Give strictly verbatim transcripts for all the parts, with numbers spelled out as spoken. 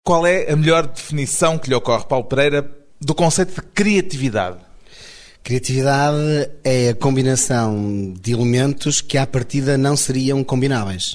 Qual é a melhor definição que lhe ocorre, Paulo Pereira, do conceito de criatividade? Criatividade é a combinação de elementos que à partida não seriam combináveis.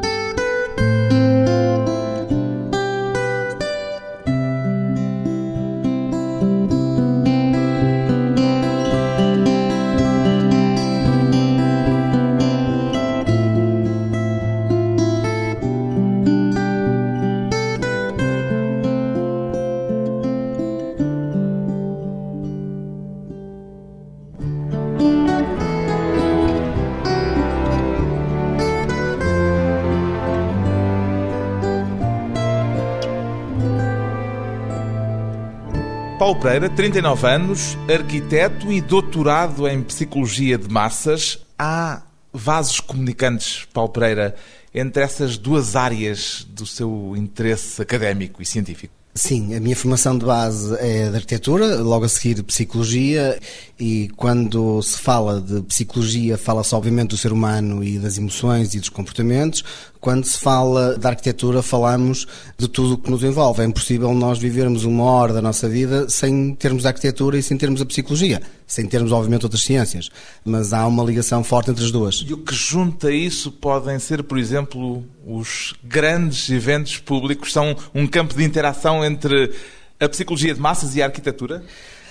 Paulo Pereira, trinta e nove anos, arquiteto e doutorado em Psicologia de Massas. Há vasos comunicantes, Paulo Pereira, entre essas duas áreas do seu interesse académico e científico? Sim, a minha formação de base é de arquitetura, logo a seguir psicologia, e quando se fala de psicologia fala-se obviamente do ser humano e das emoções e dos comportamentos. Quando se fala de arquitetura falamos de tudo o que nos envolve. É impossível nós vivermos uma hora da nossa vida sem termos a arquitetura e sem termos a psicologia, sem termos obviamente outras ciências, mas há uma ligação forte entre as duas. E o que junta isso podem ser, por exemplo, os grandes eventos públicos, são um campo de interação entre a psicologia de massas e a arquitetura?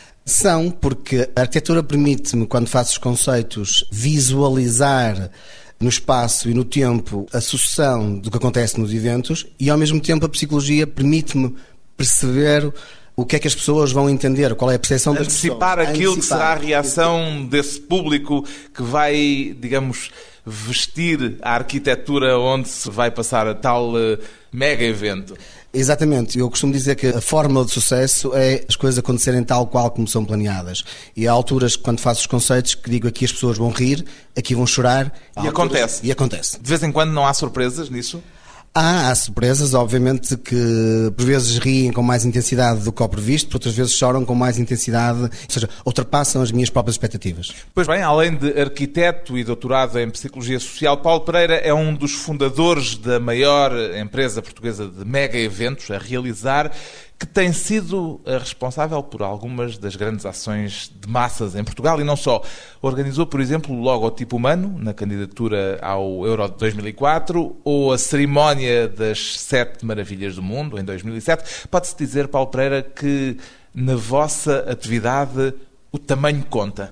São, porque a arquitetura permite-me, quando faço os conceitos, visualizar no espaço e no tempo a sucessão do que acontece nos eventos, e ao mesmo tempo a psicologia permite-me perceber o que é que as pessoas vão entender, qual é a percepção das pessoas. Antecipar aquilo que será a reação desse público que vai, digamos, vestir a arquitetura onde se vai passar a tal uh, mega evento. Exatamente. Eu costumo dizer que a fórmula de sucesso é as coisas acontecerem tal qual como são planeadas. E há alturas, quando faço os conceitos, que digo aqui as pessoas vão rir, aqui vão chorar. E acontece. E acontece. De vez em quando não há surpresas nisso? Há, há surpresas, obviamente, que por vezes riem com mais intensidade do que ao previsto, por outras vezes choram com mais intensidade, ou seja, ultrapassam as minhas próprias expectativas. Pois bem, além de arquiteto e doutorado em Psicologia Social, Paulo Pereira é um dos fundadores da maior empresa portuguesa de mega eventos a realizar, que tem sido a responsável por algumas das grandes ações de massas em Portugal e não só. Organizou, por exemplo, o logotipo humano na candidatura ao Euro de dois mil e quatro ou a cerimónia das Sete Maravilhas do Mundo em dois mil e sete. Pode-se dizer, Paulo Pereira, que na vossa atividade o tamanho conta?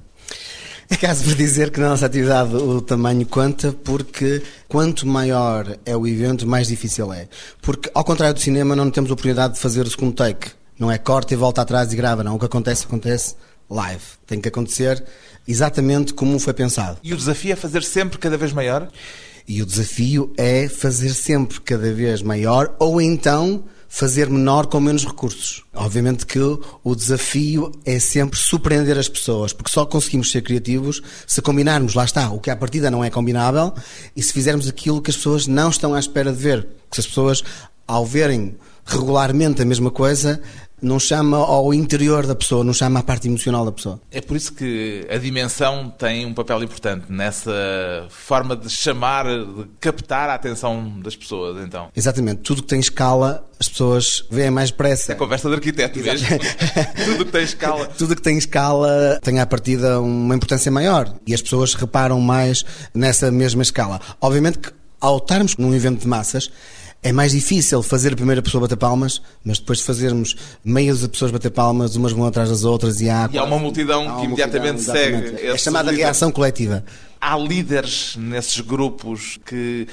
É caso por dizer que na nossa atividade o tamanho conta, porque quanto maior é o evento, mais difícil é. Porque, ao contrário do cinema, não temos a oportunidade de fazer o segundo take. Não é corta e volta atrás e grava, não. O que acontece, acontece live. Tem que acontecer exatamente como foi pensado. E o desafio é fazer sempre cada vez maior? E o desafio é fazer sempre cada vez maior, ou então fazer menor com menos recursos. Obviamente que o desafio é sempre surpreender as pessoas, porque só conseguimos ser criativos se combinarmos, lá está, o que à partida não é combinável, e se fizermos aquilo que as pessoas não estão à espera de ver. Porque se as pessoas, ao verem regularmente a mesma coisa, não chama ao interior da pessoa, não chama à parte emocional da pessoa. É por isso que a dimensão tem um papel importante nessa forma de chamar, de captar a atenção das pessoas, então. Exatamente. Tudo que tem escala, as pessoas veem mais depressa. É conversa de arquiteto mesmo. Tudo que tem escala. Tudo que tem escala tem à partida uma importância maior e as pessoas reparam mais nessa mesma escala. Obviamente que ao estarmos num evento de massas, é mais difícil fazer a primeira pessoa bater palmas, mas depois de fazermos meias de pessoas bater palmas, umas vão atrás das outras e há... E há uma multidão há uma que imediatamente multidão, segue. É chamada reação coletiva. Há líderes nesses grupos que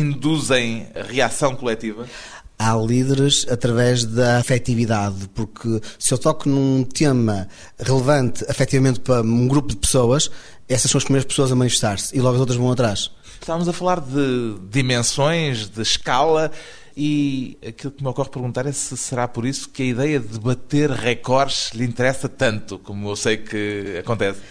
induzem a reação coletiva? Há líderes através da afetividade, porque se eu toco num tema relevante afetivamente para um grupo de pessoas, essas são as primeiras pessoas a manifestar-se e logo as outras vão atrás. Estávamos a falar de dimensões, de escala, e aquilo que me ocorre perguntar é se será por isso que a ideia de bater recordes lhe interessa tanto, como eu sei que acontece.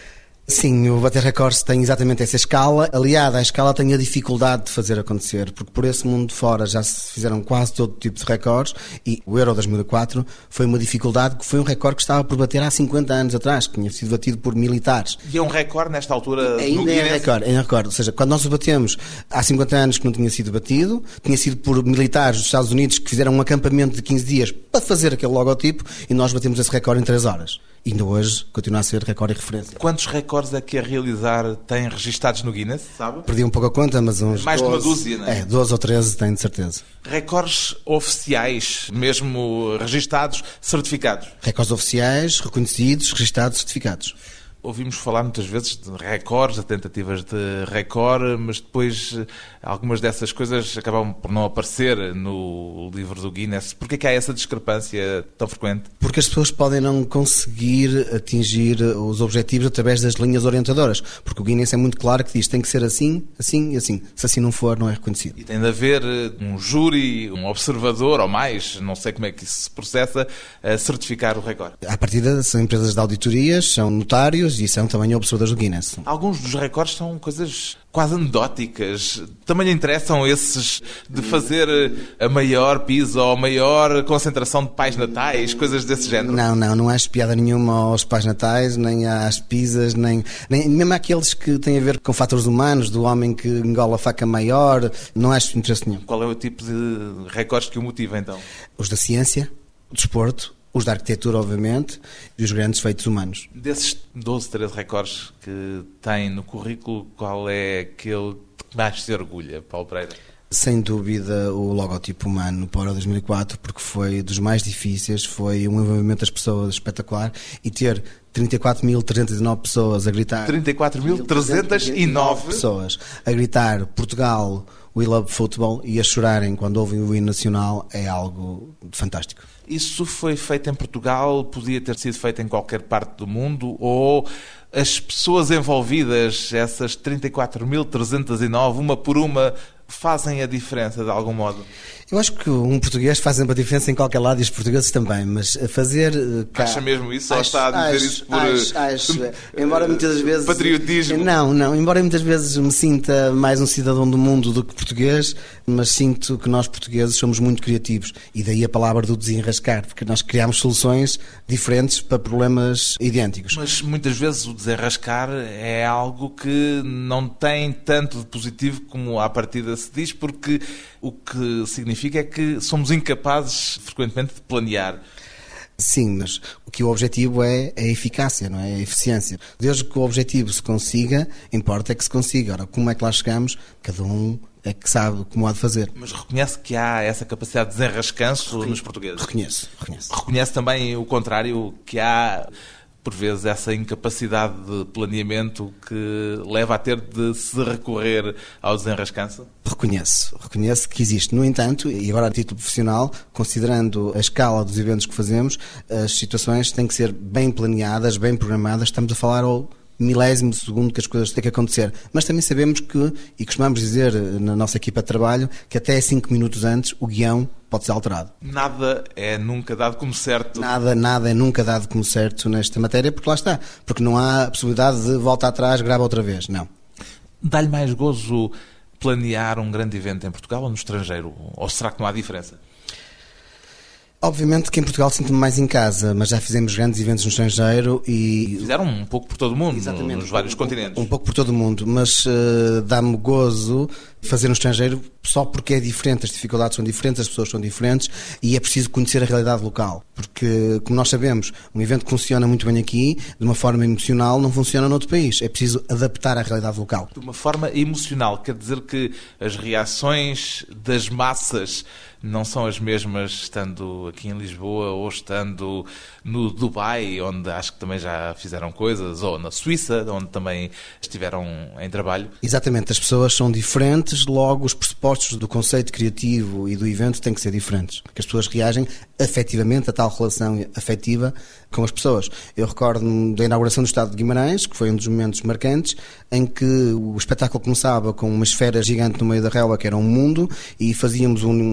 Sim, o Bater Recordes tem exatamente essa escala. Aliada, a escala tem a dificuldade de fazer acontecer, porque por esse mundo de fora já se fizeram quase todo tipo de recordes e o Euro dois mil e quatro foi uma dificuldade, que foi um recorde que estava por bater há cinquenta anos atrás, que tinha sido batido por militares. E é um recorde nesta altura? Ainda é recorde, é recorde. Ou seja, quando nós o batemos há cinquenta anos que não tinha sido batido, tinha sido por militares dos Estados Unidos que fizeram um acampamento de quinze dias para fazer aquele logotipo e nós batemos esse recorde em três horas. E ainda hoje continua a ser recorde e referência. Quantos recordes é que a realizar tem registados no Guinness, sabe? Perdi um pouco a conta, mas uns mais doze, de uma dúzia, não é? É, doze ou treze tenho de certeza. Recordes oficiais, mesmo registados, certificados? Recordes oficiais, reconhecidos, registados, certificados. Ouvimos falar muitas vezes de recordes, de tentativas de recorde, mas depois algumas dessas coisas acabam por não aparecer no livro do Guinness. Porquê é que há essa discrepância tão frequente? Porque as pessoas podem não conseguir atingir os objetivos através das linhas orientadoras. Porque o Guinness é muito claro que diz que tem que ser assim, assim e assim. Se assim não for, não é reconhecido. E tem de haver um júri, um observador ou mais, não sei como é que isso se processa, a certificar o recorde. À partida são empresas de auditorias, são notários e são também observadores do Guinness. Alguns dos recordes são coisas quase anedóticas. Também lhe interessam esses de fazer a maior pizza ou a maior concentração de pais natais, coisas desse género? Não, não, não acho piada nenhuma aos pais natais, nem às pizzas, nem, nem mesmo àqueles que têm a ver com fatores humanos, do homem que engola a faca maior, não acho interesse nenhum. Qual é o tipo de recordes que o motiva, então? Os da ciência, o desporto, os da arquitetura, obviamente, e os grandes feitos humanos. Desses doze, treze recordes que tem no currículo, qual é aquele que mais se orgulha, Paulo Pereira? Sem dúvida o logotipo humano para o dois mil e quatro, porque foi dos mais difíceis, foi um envolvimento das pessoas espetacular e ter trinta e quatro mil trezentas e nove pessoas a gritar... trinta e quatro mil trezentas e nove pessoas a gritar Portugal, we love football, e a chorarem quando ouvem o hino nacional é algo fantástico. Isso foi feito em Portugal, podia ter sido feito em qualquer parte do mundo, ou as pessoas envolvidas, essas trinta e quatro mil trezentas e nove, uma por uma, fazem a diferença de algum modo? Eu acho que um português faz sempre a diferença em qualquer lado e os portugueses também, mas fazer... Cá... Acha mesmo isso ou está a dizer acho, isso por... Acho, acho. Embora muitas das vezes... Patriotismo? Não, não. Embora muitas vezes me sinta mais um cidadão do mundo do que português, mas sinto que nós portugueses somos muito criativos. E daí a palavra do desenrascar, porque nós criamos soluções diferentes para problemas idênticos. Mas muitas vezes o desenrascar é algo que não tem tanto de positivo como à partida se diz, porque o que significa é que somos incapazes frequentemente de planear. Sim, mas o que o objetivo é, é a eficácia, não é? A eficiência. Desde que o objetivo se consiga, importa é que se consiga. Ora, como é que lá chegamos? Cada um é que sabe como há de fazer. Mas reconhece que há essa capacidade de desenrascanço Reconhe- nos portugueses? Reconheço, reconheço. Reconhece também o contrário, que há... por vezes, essa incapacidade de planeamento que leva a ter de se recorrer ao desenrascanço? Reconheço, reconheço que existe. No entanto, e agora a título profissional, considerando a escala dos eventos que fazemos, as situações têm que ser bem planeadas, bem programadas. Estamos a falar ao milésimo de segundo que as coisas têm que acontecer. Mas também sabemos que, e costumamos dizer na nossa equipa de trabalho, que até cinco minutos antes o guião pode ser alterado. Nada é nunca dado como certo. Nada, nada é nunca dado como certo nesta matéria, porque lá está. Porque não há a possibilidade de volta atrás, grava outra vez. Não. Dá-lhe mais gozo planear um grande evento em Portugal ou no estrangeiro? Ou será que não há diferença? Obviamente que em Portugal sinto-me mais em casa, mas já fizemos grandes eventos no estrangeiro e... Fizeram um pouco por todo o mundo, Exatamente, nos vários um, continentes. Um, um pouco por todo o mundo, mas uh, dá-me gozo fazer no estrangeiro só porque é diferente, as dificuldades são diferentes, as pessoas são diferentes e é preciso conhecer a realidade local. Porque, como nós sabemos, um evento que funciona muito bem aqui, de uma forma emocional, não funciona noutro país. É preciso adaptar à realidade local. De uma forma emocional, quer dizer que as reações das massas não são as mesmas estando aqui em Lisboa ou estando no Dubai, onde acho que também já fizeram coisas, ou na Suíça, onde também estiveram em trabalho? Exatamente, as pessoas são diferentes, logo os pressupostos do conceito criativo e do evento têm que ser diferentes. Porque as pessoas reagem afetivamente a tal relação afetiva com as pessoas. Eu recordo-me da inauguração do Estádio de Guimarães, que foi um dos momentos marcantes, em que o espetáculo começava com uma esfera gigante no meio da relva, que era um mundo, e fazíamos um, um zoom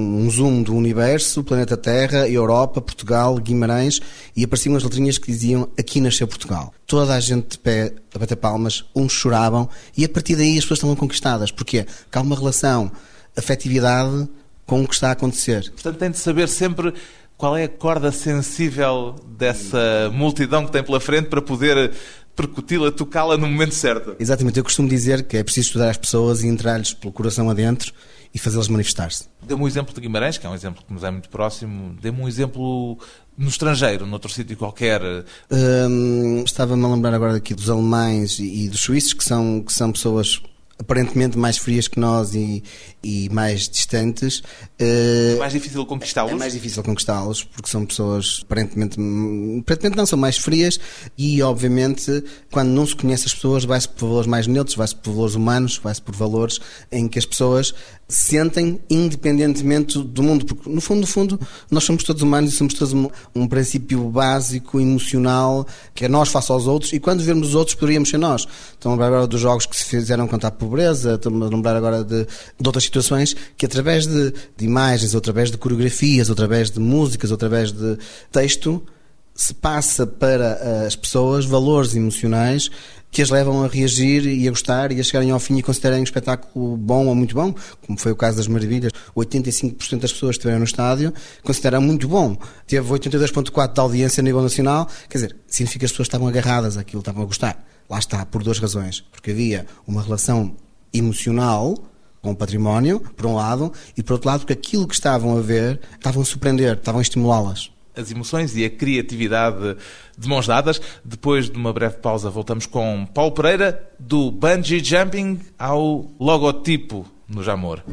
resumo do universo, planeta Terra, Europa, Portugal, Guimarães, e apareciam as letrinhas que diziam aqui nasceu Portugal. Toda a gente de pé a bater palmas, uns choravam, e a partir daí as pessoas estavam conquistadas. Porquê? Porque há uma relação, afetividade com o que está a acontecer. Portanto, tem de saber sempre qual é a corda sensível dessa multidão que tem pela frente para poder percuti-la, tocá-la no momento certo. Exatamente, eu costumo dizer que é preciso estudar as pessoas e entrar-lhes pelo coração adentro e fazê-las manifestar-se. Dê-me um exemplo de Guimarães, que é um exemplo que nos é muito próximo. Dê-me um exemplo no estrangeiro, noutro sítio qualquer. Hum, estava-me a lembrar agora aqui dos alemães e, e dos suíços, que são, que são pessoas aparentemente mais frias que nós e, e mais distantes. É mais difícil conquistá-los? É mais difícil conquistá-los, porque são pessoas aparentemente, aparentemente não, são mais frias e, obviamente, quando não se conhece as pessoas, vai-se por valores mais neutros, vai-se por valores humanos, vai-se por valores em que as pessoas sentem independentemente do mundo, porque no fundo, no fundo, nós somos todos humanos e somos todos um, um princípio básico, emocional, que é nós face aos outros, e quando vermos os outros poderíamos ser nós. Estão a lembrar agora dos jogos que se fizeram contra a pobreza, estão a lembrar agora de, de outras situações que através de, de imagens, ou através de coreografias, ou através de músicas, ou através de texto, se passa para as pessoas valores emocionais que as levam a reagir e a gostar e a chegarem ao fim e considerarem um espetáculo bom ou muito bom, como foi o caso das Maravilhas. oitenta e cinco por cento das pessoas que estiveram no estádio consideram muito bom. Teve oitenta e dois vírgula quatro por cento de audiência a nível nacional, quer dizer, significa que as pessoas estavam agarradas àquilo, estavam a gostar. Lá está, por duas razões. Porque havia uma relação emocional com o património, por um lado, e por outro lado, porque aquilo que estavam a ver, estavam a surpreender, estavam a estimulá-las. As emoções e a criatividade de mãos dadas. Depois de uma breve pausa, voltamos com Paulo Pereira, do bungee jumping ao logotipo no Jamor.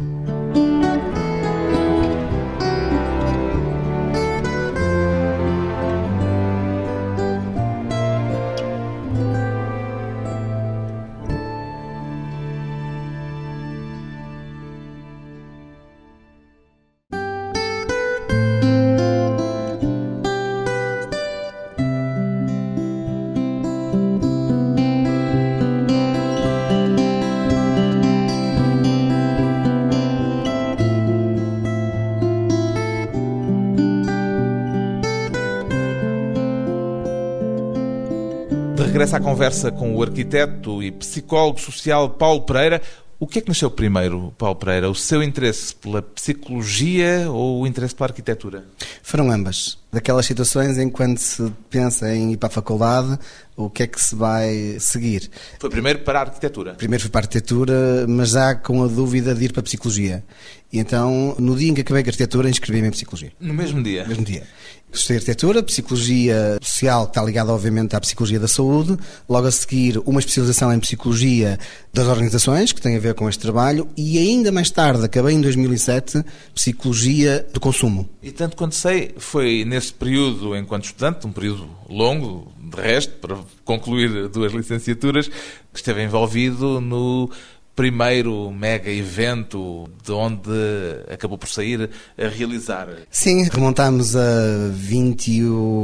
Regressa à conversa com o arquiteto e psicólogo social Paulo Pereira. O que é que nasceu primeiro, Paulo Pereira? O seu interesse pela psicologia ou o interesse pela arquitetura? Foram ambas. Daquelas situações em que quando se pensa em ir para a faculdade, o que é que se vai seguir? Foi primeiro para a arquitetura? Primeiro fui para a arquitetura, mas já com a dúvida de ir para a psicologia. E então, no dia em que acabei a arquitetura, inscrevi-me em psicologia. No mesmo dia? No mesmo dia. Estudei arquitetura, psicologia social, que está ligada obviamente à psicologia da saúde, logo a seguir uma especialização em psicologia das organizações, que tem a ver com este trabalho, e ainda mais tarde, acabei em dois mil e sete, psicologia do consumo. E tanto quanto sei, foi nesse período, enquanto estudante, um período longo, de resto, para concluir duas licenciaturas, que esteve envolvido no primeiro mega evento de onde acabou por sair a realizar. Sim, remontamos a vinte e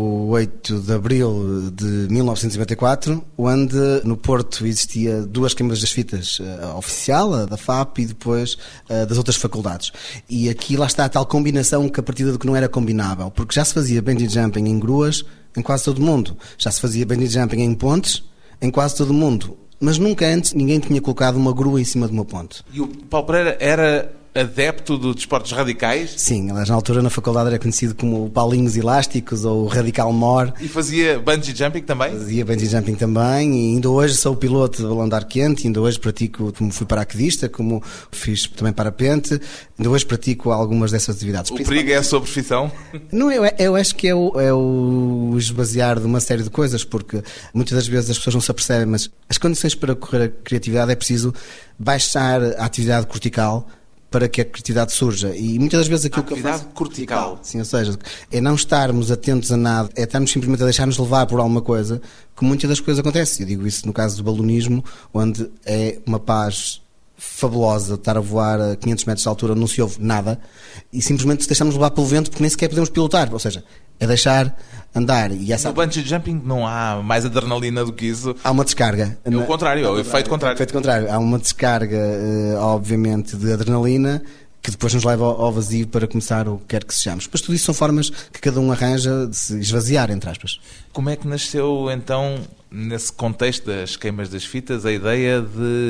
oito de abril de mil novecentos e noventa e quatro, onde no Porto existia duas câmaras das fitas, a oficial, a da F A P, e depois a das outras faculdades. E aqui lá está a tal combinação que a partir do que não era combinável, porque já se fazia bungee jumping em gruas em quase todo o mundo, já se fazia bungee jumping em pontes em quase todo o mundo. Mas nunca antes ninguém tinha colocado uma grua em cima de uma ponte. E o Paulo Pereira era adepto de desportos radicais? Sim, aliás, na altura na faculdade era conhecido como Paulinhos Elásticos ou Radical More. E fazia bungee jumping também? Fazia bungee jumping também, e ainda hoje sou piloto de balão de ar quente, ainda hoje pratico, como fui paraquedista, como fiz também parapente, ainda hoje pratico algumas dessas atividades. O perigo é a sua profissão? Não, eu, eu acho que é o, é o esvaziar de uma série de coisas, porque muitas das vezes as pessoas não se apercebem, mas as condições para correr a criatividade é preciso baixar a atividade cortical para que a criatividade surja. E muitas das vezes aquilo a atividade que eu faço... cortical. Sim, ou seja, é não estarmos atentos a nada, é estarmos simplesmente a deixar-nos levar por alguma coisa, que muitas das coisas acontecem. Eu digo isso no caso do balonismo, onde é uma paz fabulosa de estar a voar a quinhentos metros de altura, não se ouve nada, e simplesmente deixamos levar pelo vento porque nem sequer podemos pilotar. Ou seja, é deixar andar. E essa... No bungee jumping não há mais adrenalina do que isso? Há uma descarga. É o contrário, é o efeito contrário. efeito contrário. Há uma descarga, obviamente, de adrenalina que depois nos leva ao vazio para começar o que quer que sejamos. Mas tudo isso são formas que cada um arranja de se esvaziar, entre aspas. Como é que nasceu, então, nesse contexto das queimas das fitas, a ideia de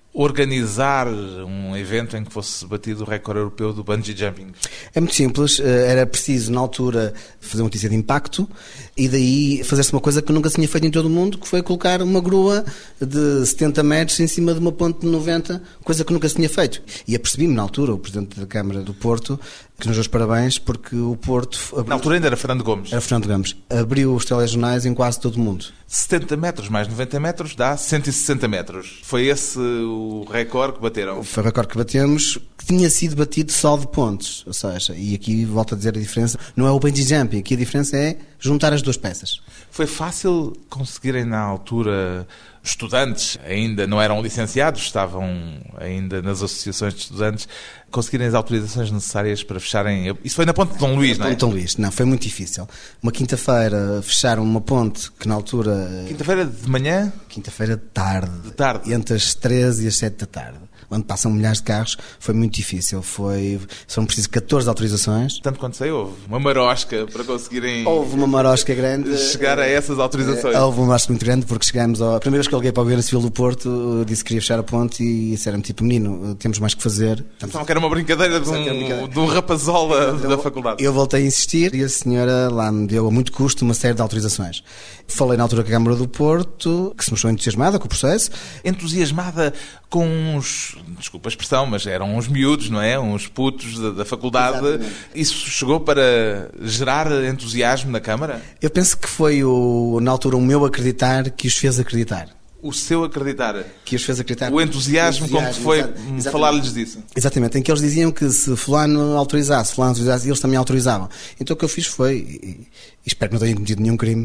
organizar um evento em que fosse batido o recorde europeu do bungee jumping? É muito simples, era preciso na altura fazer uma notícia de impacto e daí fazer-se uma coisa que nunca se tinha feito em todo o mundo, que foi colocar uma grua de setenta metros em cima de uma ponte de noventa, coisa que nunca se tinha feito. E apercebi-me na altura, o Presidente da Câmara do Porto, que nos deu os parabéns porque o Porto... Abriu... Na altura ainda era Fernando Gomes. Era Fernando Gomes. Abriu os telejornais em quase todo o mundo. setenta metros mais noventa metros dá cento e sessenta metros. Foi esse o recorde que bateram? Foi o recorde que batemos, que tinha sido batido só de pontos. Ou seja, e aqui volto a dizer a diferença, não é o bungee jumping, aqui a diferença é juntar as duas peças. Foi fácil conseguirem na altura... estudantes, ainda não eram licenciados, estavam ainda nas associações de estudantes, conseguirem as autorizações necessárias para fecharem... Isso foi na ponte de Dom Luís, não é? Ponte de Dom Luís, não, foi muito difícil. Uma quinta-feira fecharam uma ponte que na altura... Quinta-feira de manhã? Quinta-feira de tarde. De tarde. Entre as treze e as sete da tarde. Onde passam milhares de carros, foi muito difícil. Foi, foram precisas catorze autorizações. Tanto quanto sei, houve uma marosca para conseguirem... Houve uma marosca grande. Chegar a essas autorizações. Houve uma marosca muito grande porque chegámos ao... A primeira vez que eu liguei para o Governo Civil do Porto, disse que queria fechar a ponte e disseram-me tipo, menino, temos mais que fazer. Então que era uma brincadeira de um, de um rapazola eu, da faculdade. Eu voltei a insistir e a senhora lá me deu a muito custo uma série de autorizações. Falei na altura com a Câmara do Porto, que se mostrou entusiasmada com o processo. Entusiasmada com uns, desculpa a expressão, mas eram uns miúdos, não é? Uns putos da, da faculdade. Exatamente. Isso chegou para gerar entusiasmo na Câmara? Eu penso que foi, o, na altura, o meu acreditar que os fez acreditar. O seu acreditar? Que os fez acreditar. O entusiasmo, o entusiasmo com que foi falar-lhes disso? Exatamente, em que eles diziam que se fulano autorizasse, fulano autorizasse, eles também autorizavam. Então o que eu fiz foi, e, e espero que não tenha cometido nenhum crime...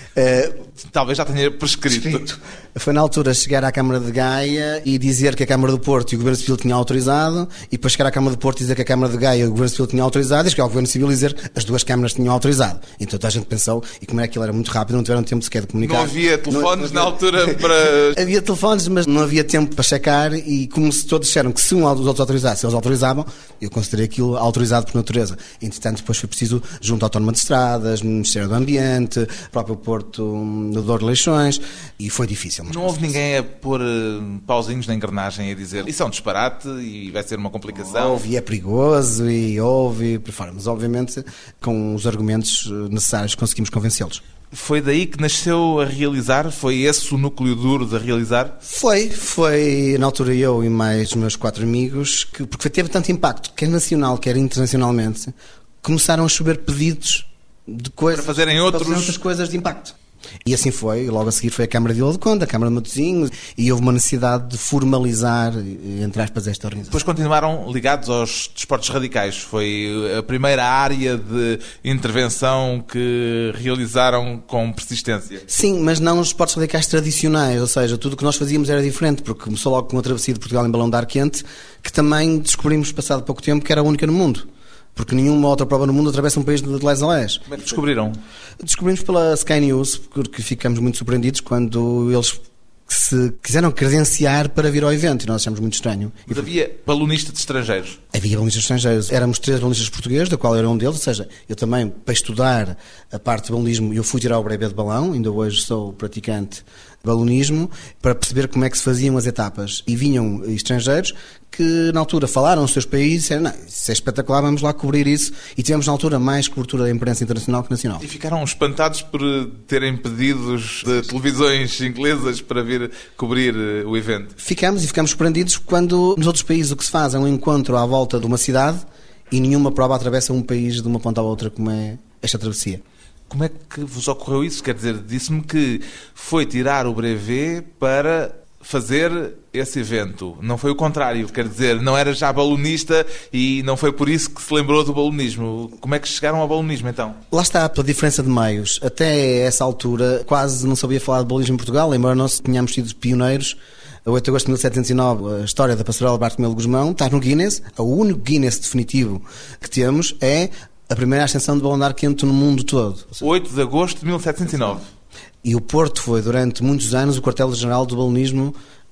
Uh, Talvez já tenha prescrito. prescrito. Foi na altura chegar à Câmara de Gaia e dizer que a Câmara do Porto e o Governo Civil tinham autorizado, e depois chegar à Câmara do Porto e dizer que a Câmara de Gaia e o Governo Civil tinham autorizado, e chegar ao Governo Civil e dizer que as duas câmaras tinham autorizado. Então toda a gente pensou, e como era aquilo era muito rápido, não tiveram tempo sequer de comunicar. Não havia telefones não, na altura para... Havia telefones, mas não havia tempo para checar, e como se todos disseram que se um dos outros autorizasse, eles autorizavam, eu considerei aquilo autorizado por natureza. Entretanto, depois foi preciso Junta Autónoma de Estradas, Ministério do Ambiente, próprio Porto do Douro de Leixões, e foi difícil. Não houve ninguém a pôr pauzinhos na engrenagem e a dizer isso é um disparate e vai ser uma complicação? Houve, e é perigoso, e houve, por fora, mas obviamente com os argumentos necessários conseguimos convencê-los. Foi daí que nasceu a realizar? Foi esse o núcleo duro de realizar? Foi, foi na altura eu e mais os meus quatro amigos, que, porque teve tanto impacto, quer nacional, quer internacionalmente, começaram a chover pedidos de coisas, para fazerem outros... para outras coisas de impacto. E assim foi, logo a seguir foi a Câmara de Vila do Conde, a Câmara de Matosinhos, e houve uma necessidade de formalizar, entre aspas, esta organização. Depois continuaram ligados aos desportos radicais. Foi a primeira área de intervenção que realizaram com persistência. Sim, mas não os desportos radicais tradicionais, ou seja, tudo o que nós fazíamos era diferente, porque começou logo com a travessia de Portugal em balão de ar quente, que também descobrimos, passado pouco tempo, que era a única no mundo. Porque nenhuma outra prova no mundo atravessa um país de lés a lés. Como é que descobriram? Descobrimos pela Sky News, porque ficamos muito surpreendidos quando eles se quiseram credenciar para vir ao evento, e nós achamos muito estranho. Mas havia balonista de estrangeiros? Havia balonistas estrangeiros. Éramos três balonistas portugueses, da qual eu era um deles, ou seja, eu também, para estudar a parte de balonismo, eu fui tirar o brevet de balão, ainda hoje sou praticante de balonismo, para perceber como é que se faziam as etapas. E vinham estrangeiros que, na altura, falaram os seus países e disseram, não, isso é espetacular, vamos lá cobrir isso. E tivemos, na altura, mais cobertura da imprensa internacional que nacional. E ficaram espantados por terem pedidos de televisões inglesas para vir cobrir o evento? Ficamos, e ficamos surpreendidos quando, nos outros países, o que se faz é um encontro à volta de uma cidade e nenhuma prova atravessa um país de uma ponta à outra, como é esta travessia. Como é que vos ocorreu isso? Quer dizer, disse-me que foi tirar o brevet para fazer esse evento. Não foi o contrário. Quer dizer, não era já balonista e não foi por isso que se lembrou do balonismo. Como é que chegaram ao balonismo, então? Lá está, pela diferença de meios. Até essa altura, quase não sabia falar de balonismo em Portugal, embora nós tenhamos sido pioneiros. A oito de agosto de mil setecentos e nove, a história da Passarela Bartolomeu de Gusmão está no Guinness. O único Guinness definitivo que temos é a primeira ascensão de balão de ar quente no mundo todo. oito de agosto de mil setecentos e nove. E o Porto foi, durante muitos anos, o quartel-general do balonismo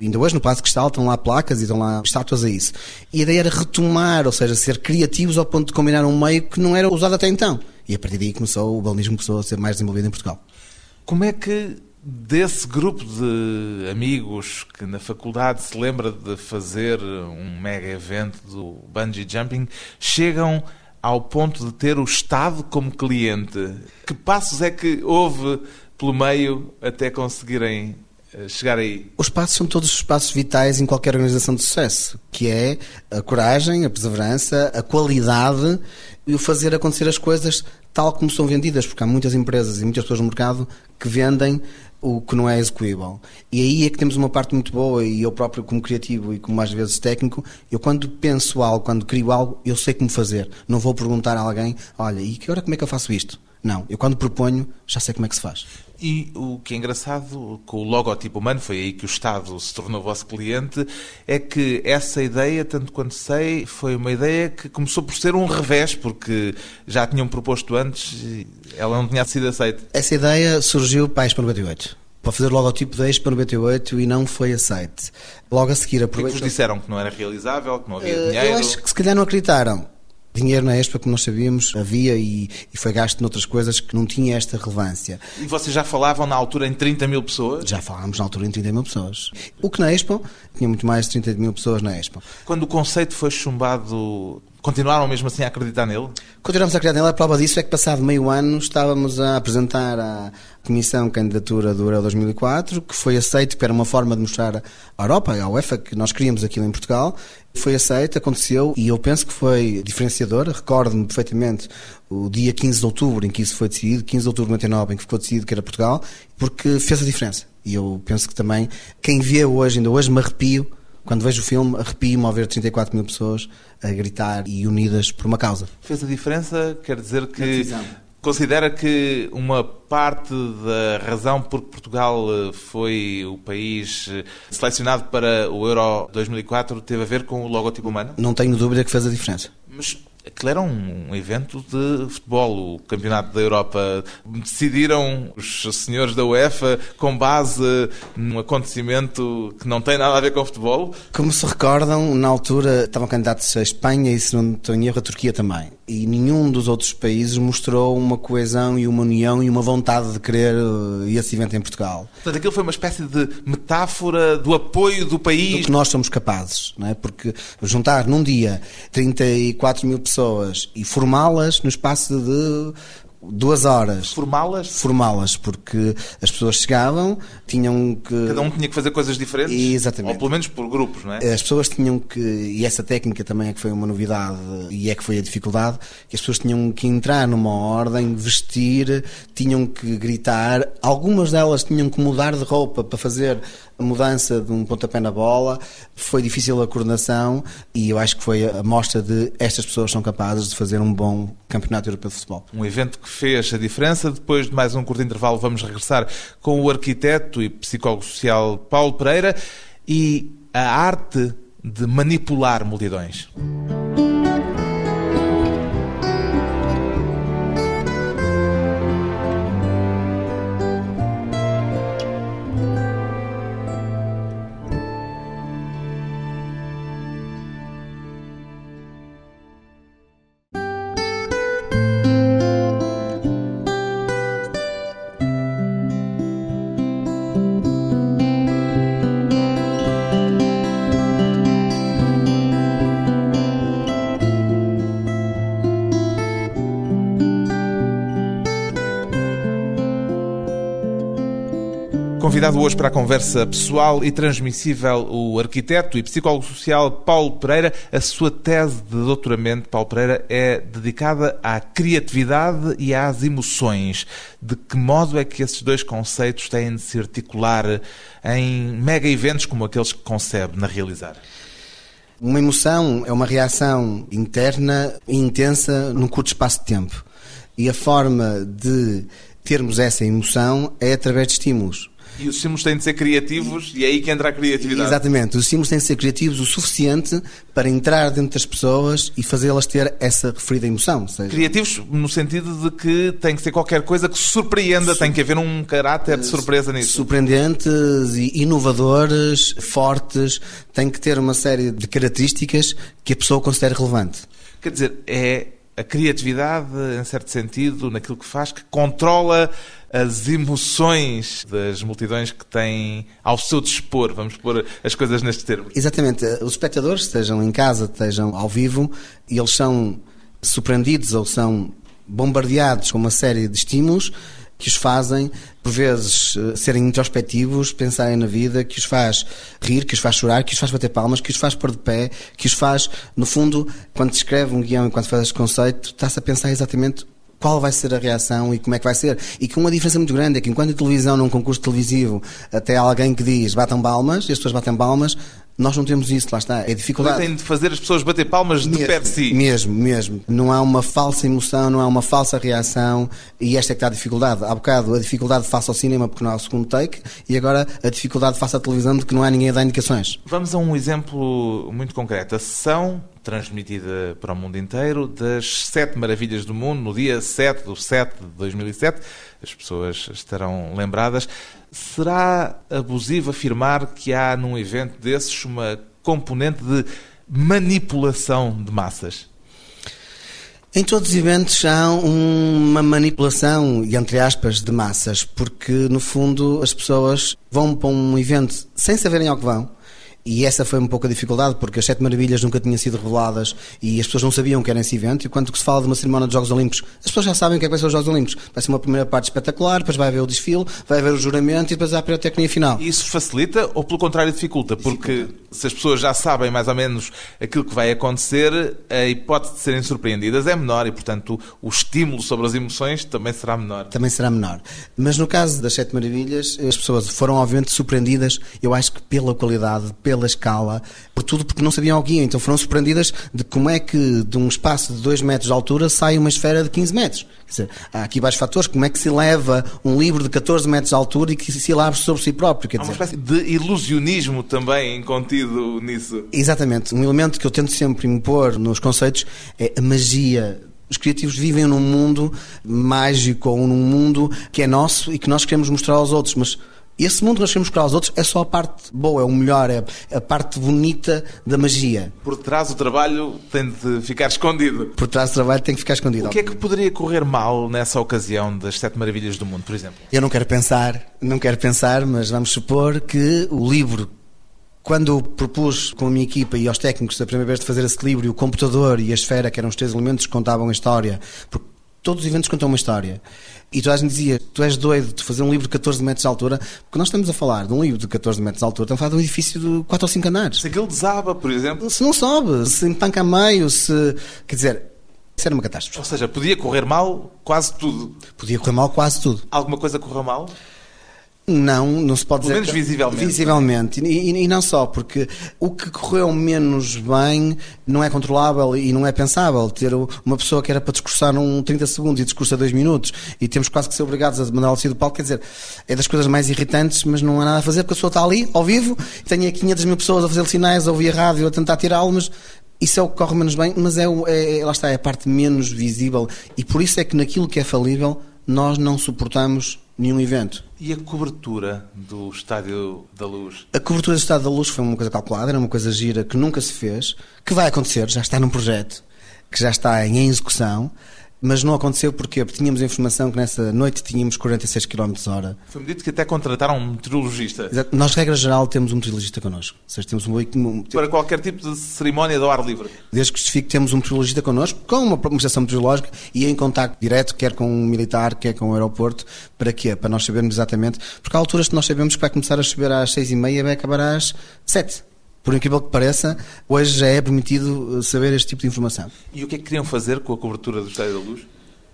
Ainda hoje no Palácio de Cristal estão lá placas e estão lá estátuas a isso. E a ideia era retomar, ou seja, ser criativos ao ponto de combinar um meio que não era usado até então. E a partir daí começou, o balonismo começou a ser mais desenvolvido em Portugal. Como é que desse grupo de amigos que na faculdade se lembra de fazer um mega evento do bungee jumping, chegam ao ponto de ter o Estado como cliente? Que passos é que houve pelo meio até conseguirem chegar aí? Os passos são todos os passos vitais em qualquer organização de sucesso, que é a coragem, a perseverança, a qualidade e o fazer acontecer as coisas tal como são vendidas, porque há muitas empresas e muitas pessoas no mercado que vendem o que não é execuível. E aí é que temos uma parte muito boa, e eu próprio como criativo e como mais vezes técnico, eu quando penso algo, quando crio algo, eu sei como fazer. Não vou perguntar a alguém, olha, e que hora como é que eu faço isto? Não, eu quando proponho já sei como é que se faz. E o que é engraçado com o logotipo humano, foi aí que o Estado se tornou vosso cliente, é que essa ideia, tanto quanto sei, foi uma ideia que começou por ser um revés, porque já tinham proposto antes e ela não tinha sido aceita. Essa ideia surgiu para a Expo noventa e oito, para fazer o logotipo da Expo noventa e oito, e não foi aceite. Logo a seguir... Aproveitou... E que vos disseram que não era realizável, que não havia uh, dinheiro? Eu acho que se calhar não acreditaram. Dinheiro na Expo, como nós sabíamos, havia e, e foi gasto noutras coisas que não tinha esta relevância. E vocês já falavam na altura em trinta mil pessoas? Já falávamos na altura em trinta mil pessoas. O que na Expo, tinha muito mais de trinta mil pessoas na Expo. Quando o conceito foi chumbado, continuaram mesmo assim a acreditar nele? Continuamos a acreditar nele. A prova disso é que passado meio ano estávamos a apresentar à Comissão de Candidatura do Euro dois mil e quatro, que foi aceito, que era uma forma de mostrar à Europa, à UEFA, que nós queríamos aquilo em Portugal. Foi aceito, aconteceu, e eu penso que foi diferenciador. Recordo-me perfeitamente o dia quinze de outubro em que isso foi decidido, quinze de outubro de noventa e nove, em que ficou decidido que era Portugal, porque fez a diferença. E eu penso que também, quem vê hoje, ainda hoje me arrepio, quando vejo o filme, arrepio-me ao ver trinta e quatro mil pessoas a gritar e unidas por uma causa. Fez a diferença, quer dizer que considera que uma parte da razão por que Portugal foi o país selecionado para o Euro dois mil e quatro teve a ver com o logotipo humano? Não tenho dúvida que fez a diferença. Mas aquilo era um evento de futebol, o Campeonato da Europa. Decidiram os senhores da UEFA com base num acontecimento que não tem nada a ver com futebol? Como se recordam, na altura estavam candidatos a Espanha e, se não estou em erro, a Turquia também. E nenhum dos outros países mostrou uma coesão e uma união e uma vontade de querer esse evento em Portugal. Portanto, aquilo foi uma espécie de metáfora do apoio do país. Do que nós somos capazes, não é? Porque juntar num dia trinta e quatro mil pessoas e formá-las no espaço de duas horas. Formá-las? Formá-las, porque as pessoas chegavam, tinham que... Cada um tinha que fazer coisas diferentes? Exatamente. Ou pelo menos por grupos, não é? As pessoas tinham que, e essa técnica também é que foi uma novidade e é que foi a dificuldade, que as pessoas tinham que entrar numa ordem, vestir, tinham que gritar, algumas delas tinham que mudar de roupa para fazer a mudança de um pontapé na bola. Foi difícil a coordenação e eu acho que foi a mostra de estas pessoas são capazes de fazer um bom campeonato europeu de futebol. Um evento que fez a diferença. Depois de mais um curto intervalo vamos regressar com o arquiteto e psicólogo social Paulo Pereira e a arte de manipular multidões. Convidado hoje para a conversa pessoal e transmissível o arquiteto e psicólogo social Paulo Pereira. A sua tese de doutoramento, Paulo Pereira, é dedicada à criatividade e às emoções. De que modo é que esses dois conceitos têm de se articular em mega-eventos como aqueles que concebe na realizar? Uma emoção é uma reação interna e intensa num curto espaço de tempo. E a forma de termos essa emoção é através de estímulos. E os estímulos têm de ser criativos e é aí que entra a criatividade. Exatamente. Os estímulos têm de ser criativos o suficiente para entrar dentro das pessoas e fazê-las ter essa referida emoção. Seja... Criativos no sentido de que tem que ser qualquer coisa que surpreenda, Sur... tem que haver um caráter de surpresa nisso. Surpreendentes e inovadores, fortes, tem que ter uma série de características que a pessoa considere relevante. Quer dizer, é a criatividade, em certo sentido, naquilo que faz, que controla as emoções das multidões que têm ao seu dispor. Vamos pôr as coisas nestes termos. Exatamente. Os espectadores, estejam em casa, estejam ao vivo, e eles são surpreendidos ou são bombardeados com uma série de estímulos que os fazem, por vezes, serem introspectivos, pensarem na vida, que os faz rir, que os faz chorar, que os faz bater palmas, que os faz pôr de pé, que os faz, no fundo, quando se escreve um guião e quando se faz este conceito, está-se a pensar exatamente qual vai ser a reação e como é que vai ser. E com uma diferença muito grande é que enquanto a televisão, num concurso televisivo, até há alguém que diz batam palmas, e as pessoas batem palmas, nós não temos isso, lá está, é dificuldade. Tem de fazer as pessoas bater palmas de pé de si. Mesmo, mesmo. Não há uma falsa emoção, não há uma falsa reação, e esta é que está a dificuldade. Há bocado a dificuldade face ao cinema porque não há o segundo take, e agora a dificuldade face à televisão de que não há ninguém a dar indicações. Vamos a um exemplo muito concreto. A sessão transmitida para o mundo inteiro das Sete Maravilhas do Mundo, no dia sete de setembro de dois mil e sete. As pessoas estarão lembradas. Será abusivo afirmar que há num evento desses uma componente de manipulação de massas? Em todos os eventos há uma manipulação, entre aspas, de massas, porque no fundo as pessoas vão para um evento sem saberem ao que vão. E essa foi um pouco a dificuldade, porque as Sete Maravilhas nunca tinham sido reveladas e as pessoas não sabiam o que era esse evento. E quando se fala de uma cerimónia de Jogos Olímpicos, as pessoas já sabem o que é que vai ser os Jogos Olímpicos. Vai ser uma primeira parte espetacular, depois vai haver o desfile, vai haver o juramento e depois há a pirotecnia final. E isso facilita ou, pelo contrário, dificulta? Porque dificulta. Se as pessoas já sabem mais ou menos aquilo que vai acontecer, a hipótese de serem surpreendidas é menor e, portanto, o estímulo sobre as emoções também será menor. Também será menor. Mas no caso das Sete Maravilhas, as pessoas foram, obviamente, surpreendidas, eu acho que pela qualidade, pela escala, por tudo, porque não sabiam o que ia. Então foram surpreendidas de como é que de um espaço de dois metros de altura sai uma esfera de quinze metros. Quer dizer, há aqui vários fatores. Como é que se leva um livro de catorze metros de altura e que se abre sobre si próprio? Quer há dizer, uma espécie de ilusionismo também contido nisso. Exatamente. Um elemento que eu tento sempre impor nos conceitos é a magia. Os criativos vivem num mundo mágico, ou num mundo que é nosso e que nós queremos mostrar aos outros, mas esse mundo que nós queremos mostrar aos outros é só a parte boa, é o melhor, é a parte bonita da magia. Por trás o trabalho tem de ficar escondido. Por trás do trabalho tem que ficar escondido. O que é que poderia correr mal nessa ocasião das Sete Maravilhas do Mundo, por exemplo? Eu não quero pensar, não quero pensar, mas vamos supor que o livro, quando eu propus com a minha equipa e aos técnicos a primeira vez de fazer esse livro, e o computador e a esfera, que eram os três elementos que contavam a história, porque todos os eventos contam uma história. E toda a gente dizia, tu és doido de fazer um livro de catorze metros de altura, porque nós estamos a falar de um livro de catorze metros de altura, estamos a falar de um edifício de quatro ou cinco andares. Se aquilo desaba, por exemplo. Se não sobe, se empanca a meio, se... Quer dizer, isso era uma catástrofe. Ou seja, podia correr mal quase tudo. Podia correr mal quase tudo. Alguma coisa correu mal? Não, não se pode Pelo dizer... menos visivelmente. Visivelmente. E, e, e não só, porque o que correu menos bem não é controlável e não é pensável. Ter uma pessoa que era para discursar um trinta segundos e discursa dois minutos e temos quase que ser obrigados a mandá-lo sair do palco, quer dizer, é das coisas mais irritantes, mas não há nada a fazer porque a pessoa está ali, ao vivo, tem quinhentas mil pessoas a fazer sinais, a ouvir a rádio, a tentar tirá-lo, mas... Isso é o que corre menos bem, mas é, é, lá está, é a parte menos visível e por isso é que naquilo que é falível nós não suportamos nenhum evento. E a cobertura do Estádio da Luz? A cobertura do Estádio da Luz foi uma coisa calculada, era uma coisa gira que nunca se fez, que vai acontecer, já está num projeto, que já está em execução, mas não aconteceu porquê? Porque tínhamos a informação que nessa noite tínhamos quarenta e seis quilómetros por hora. Foi-me dito que até contrataram um meteorologista. Exato. Nós, regra geral, temos um meteorologista connosco. Ou seja, temos um... um... Para qualquer tipo de cerimónia do ar livre. Desde que justifique, temos um meteorologista connosco, com uma estação meteorológica e em contacto direto, quer com um militar, quer com o aeroporto. Para quê? Para nós sabermos exatamente. Porque há alturas que nós sabemos que vai começar a chover às seis e meia e vai acabar às sete. Por incrível que pareça, hoje já é permitido saber este tipo de informação. E o que é que queriam fazer com a cobertura do Estádio da Luz?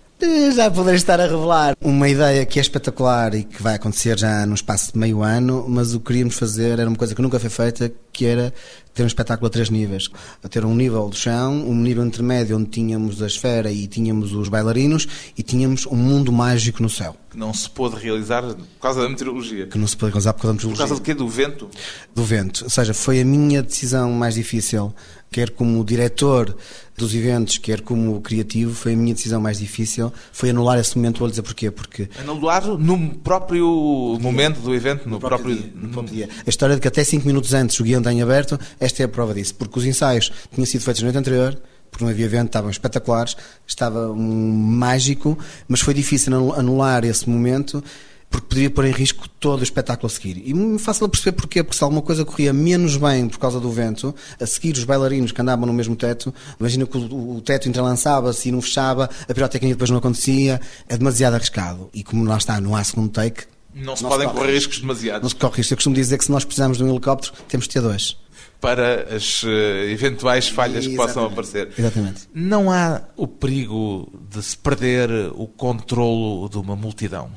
Já poderei estar a revelar uma ideia que é espetacular e que vai acontecer já no espaço de meio ano, mas o que queríamos fazer era uma coisa que nunca foi feita, que era ter um espetáculo a três níveis, a ter um nível do chão, um nível intermédio onde tínhamos a esfera e tínhamos os bailarinos e tínhamos um mundo mágico no céu. Que não se pôde realizar por causa da meteorologia. Que não se pôde realizar por causa da meteorologia. Por causa do quê? Do vento? Do vento. Ou seja, foi a minha decisão mais difícil, quer como diretor dos eventos, quer como criativo, foi a minha decisão mais difícil, foi anular esse momento. Vou dizer porquê. Porque... Anular no próprio momento do evento, no, no próprio... próprio, dia, no próprio dia. A história de que até cinco minutos antes o guião tem aberto, esta é a prova disso. Porque os ensaios tinham sido feitos na noite anterior, porque não havia evento, estavam espetaculares, estava um mágico, mas foi difícil anular esse momento, porque poderia pôr em risco todo o espetáculo a seguir. E me fácil a perceber porquê, porque se alguma coisa corria menos bem por causa do vento, a seguir os bailarinos que andavam no mesmo teto, imagina que o, o teto entrelançava-se e não fechava, a pirotecnia depois não acontecia, é demasiado arriscado. E como lá está, não há segundo take... Não se não podem se correr riscos demasiados. Não se corre riscos. Eu costumo dizer que se nós precisamos de um helicóptero, temos de ter dois. Para as uh, eventuais falhas que possam aparecer. Exatamente. Não há o perigo de se perder o controlo de uma multidão?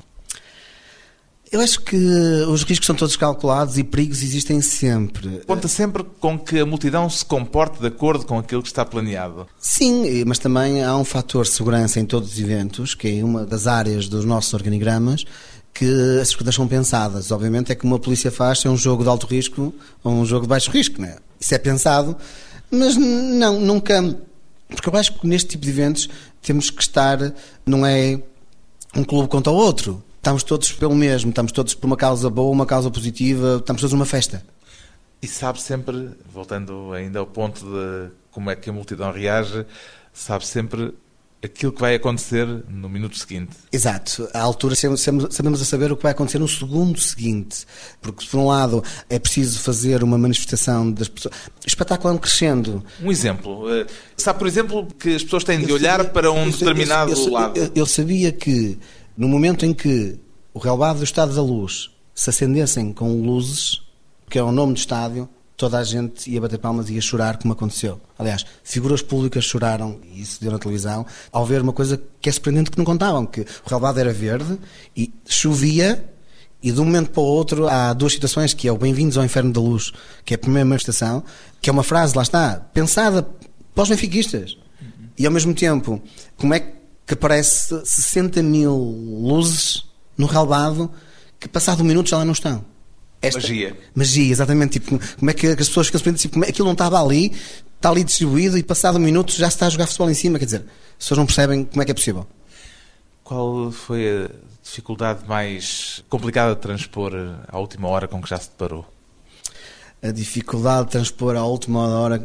Eu acho que os riscos são todos calculados e perigos existem sempre. Conta sempre com que a multidão se comporte de acordo com aquilo que está planeado. Sim, mas também há um fator de segurança em todos os eventos, que é uma das áreas dos nossos organigramas, que as coisas são pensadas. Obviamente é que uma polícia faz é um jogo de alto risco ou um jogo de baixo risco, não é? Isso é pensado, mas não, nunca... Porque eu acho que neste tipo de eventos temos que estar, não é um clube contra o outro. Estamos todos pelo mesmo, estamos todos por uma causa boa, uma causa positiva, estamos todos numa festa. E sabe sempre, voltando ainda ao ponto de como é que a multidão reage, sabe sempre aquilo que vai acontecer no minuto seguinte. Exato. À altura sabemos a saber o que vai acontecer no segundo seguinte. Porque, por um lado, é preciso fazer uma manifestação das pessoas. O espetáculo é um crescendo. Um exemplo. Sabe, por exemplo, que as pessoas têm de olhar sabia, para um eu, determinado eu, eu, lado. Eu, eu sabia que, no momento em que o relevado do Estádio da Luz se acendessem com luzes, que é o nome do estádio, toda a gente ia bater palmas e ia chorar, como aconteceu. Aliás, figuras públicas choraram, e isso deu na televisão, ao ver uma coisa que é surpreendente que não contavam, que o relevado era verde e chovia, e de um momento para o outro há duas situações, que é o Bem-vindos ao Inferno da Luz, que é a primeira manifestação, que é uma frase, lá está, pensada para os benfiquistas. Uhum. E ao mesmo tempo, como é que aparece sessenta mil luzes no relevado que passado um minuto já lá não estão? Esta, magia. Magia, exatamente. Tipo, como é que as pessoas ficam surpreendidas? Tipo, como é, aquilo não estava ali, está ali distribuído e passado um minuto já se está a jogar futebol em cima. Quer dizer, as pessoas não percebem como é que é possível. Qual foi a dificuldade mais complicada de transpor à última hora com que já se deparou? A dificuldade de transpor à última hora...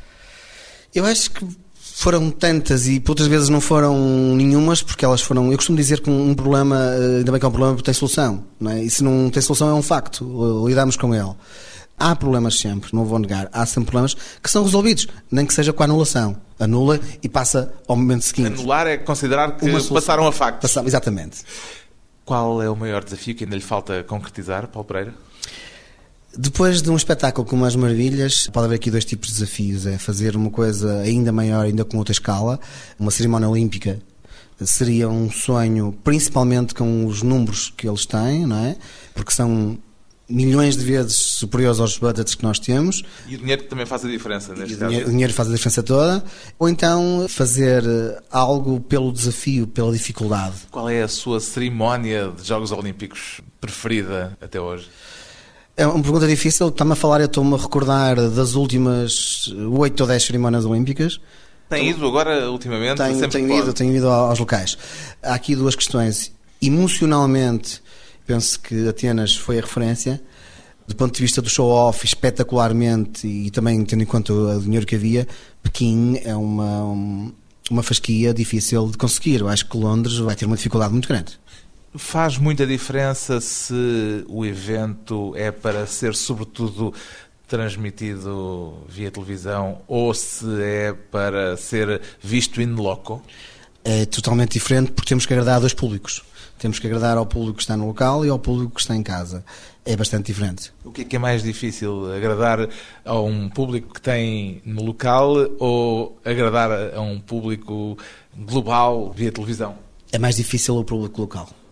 Eu acho que foram tantas e por outras vezes não foram nenhumas, porque elas foram... Eu costumo dizer que um problema, ainda bem que é um problema porque tem solução, não é? E se não tem solução é um facto, lidamos com ele. Há problemas sempre, não vou negar, há sempre problemas que são resolvidos, nem que seja com a anulação. Anula e passa ao momento seguinte. Anular é considerar que passaram a facto. Passaram, exatamente. Qual é o maior desafio que ainda lhe falta concretizar, Paulo Pereira? Depois de um espetáculo como As Maravilhas, pode haver aqui dois tipos de desafios. É fazer uma coisa ainda maior, ainda com outra escala. Uma cerimónia olímpica seria um sonho, principalmente com os números que eles têm, não é? Porque são milhões de vezes superiores aos budgets que nós temos. E o dinheiro também faz a diferença, neste caso. O dinheiro, o dinheiro faz a diferença toda. Ou então fazer algo pelo desafio, pela dificuldade. Qual é a sua cerimónia de Jogos Olímpicos preferida até hoje? É uma pergunta difícil. Está-me a falar, eu estou-me a recordar das últimas oito ou dez cerimónias olímpicas. Tem ido agora, ultimamente? Tenho, tenho ido, tenho ido aos locais. Há aqui duas questões. Emocionalmente, penso que Atenas foi a referência. Do ponto de vista do show-off, espetacularmente, e também tendo em conta o dinheiro que havia, Pequim é uma, uma fasquia difícil de conseguir. Eu acho que Londres vai ter uma dificuldade muito grande. Faz muita diferença se o evento é para ser, sobretudo, transmitido via televisão ou se é para ser visto in loco? É totalmente diferente, porque temos que agradar a dois públicos. Temos que agradar ao público que está no local e ao público que está em casa. É bastante diferente. O que é que é mais difícil? Agradar a um público que tem no local ou agradar a um público global via televisão? É mais difícil o público local.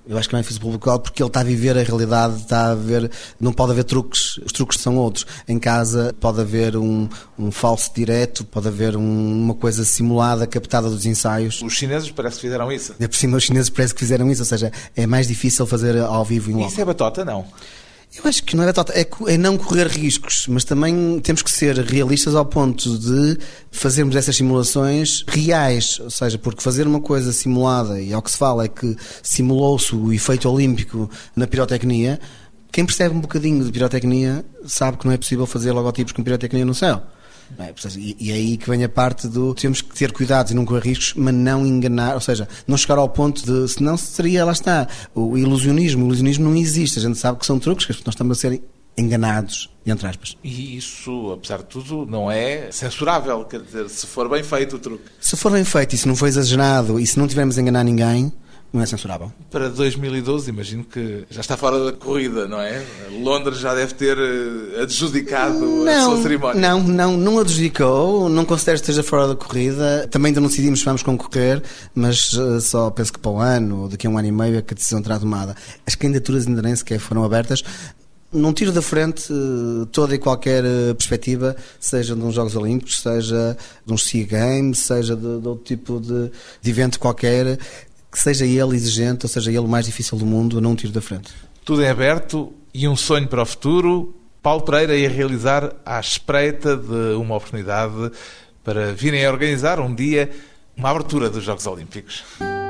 Eu acho que não é difícil público-alvo porque ele está a viver a realidade, está a ver, não pode haver truques, os truques são outros. Em casa pode haver um, um falso direto, pode haver um, uma coisa simulada, captada dos ensaios. Os chineses parece que fizeram isso. E por cima os chineses parece que fizeram isso, ou seja, é mais difícil fazer ao vivo em loco. Isso é batota, não? Eu acho que não é batota, é, é não correr riscos, mas também temos que ser realistas ao ponto de fazermos essas simulações reais, ou seja, porque fazer uma coisa simulada, e ao que se fala é que simulou-se o efeito olímpico na pirotecnia, quem percebe um bocadinho de pirotecnia sabe que não é possível fazer logotipos com pirotecnia no céu. É, e, e é aí que vem a parte do temos que ter cuidados e não correr riscos, mas não enganar, ou seja, não chegar ao ponto de, senão seria, lá está, o ilusionismo. O ilusionismo não existe, a gente sabe que são truques, que nós estamos a ser enganados, entre aspas. E isso, apesar de tudo, não é censurável, quer dizer, se for bem feito o truque. Se for bem feito e se não for exagerado e se não tivermos a enganar ninguém, não é censurável. Para dois mil e doze, imagino que já está fora da corrida, não é? Londres já deve ter adjudicado não, a sua cerimónia. Não, não, não adjudicou, não considero que esteja fora da corrida. Também ainda não decidimos se vamos concorrer, mas uh, só penso que para o ano, ou daqui a um ano e meio, é que a decisão terá tomada. As candidaturas ainda nem sequer foram abertas. Não tiro da frente uh, toda e qualquer uh, perspectiva, seja de uns Jogos Olímpicos, seja de uns SEA Games, seja de, de outro tipo de, de evento qualquer, que seja ele exigente, ou seja ele o mais difícil do mundo, eu não tiro da frente. Tudo é aberto e um sonho para o futuro. Paulo Pereira ia realizar à espreita de uma oportunidade para virem a organizar um dia uma abertura dos Jogos Olímpicos.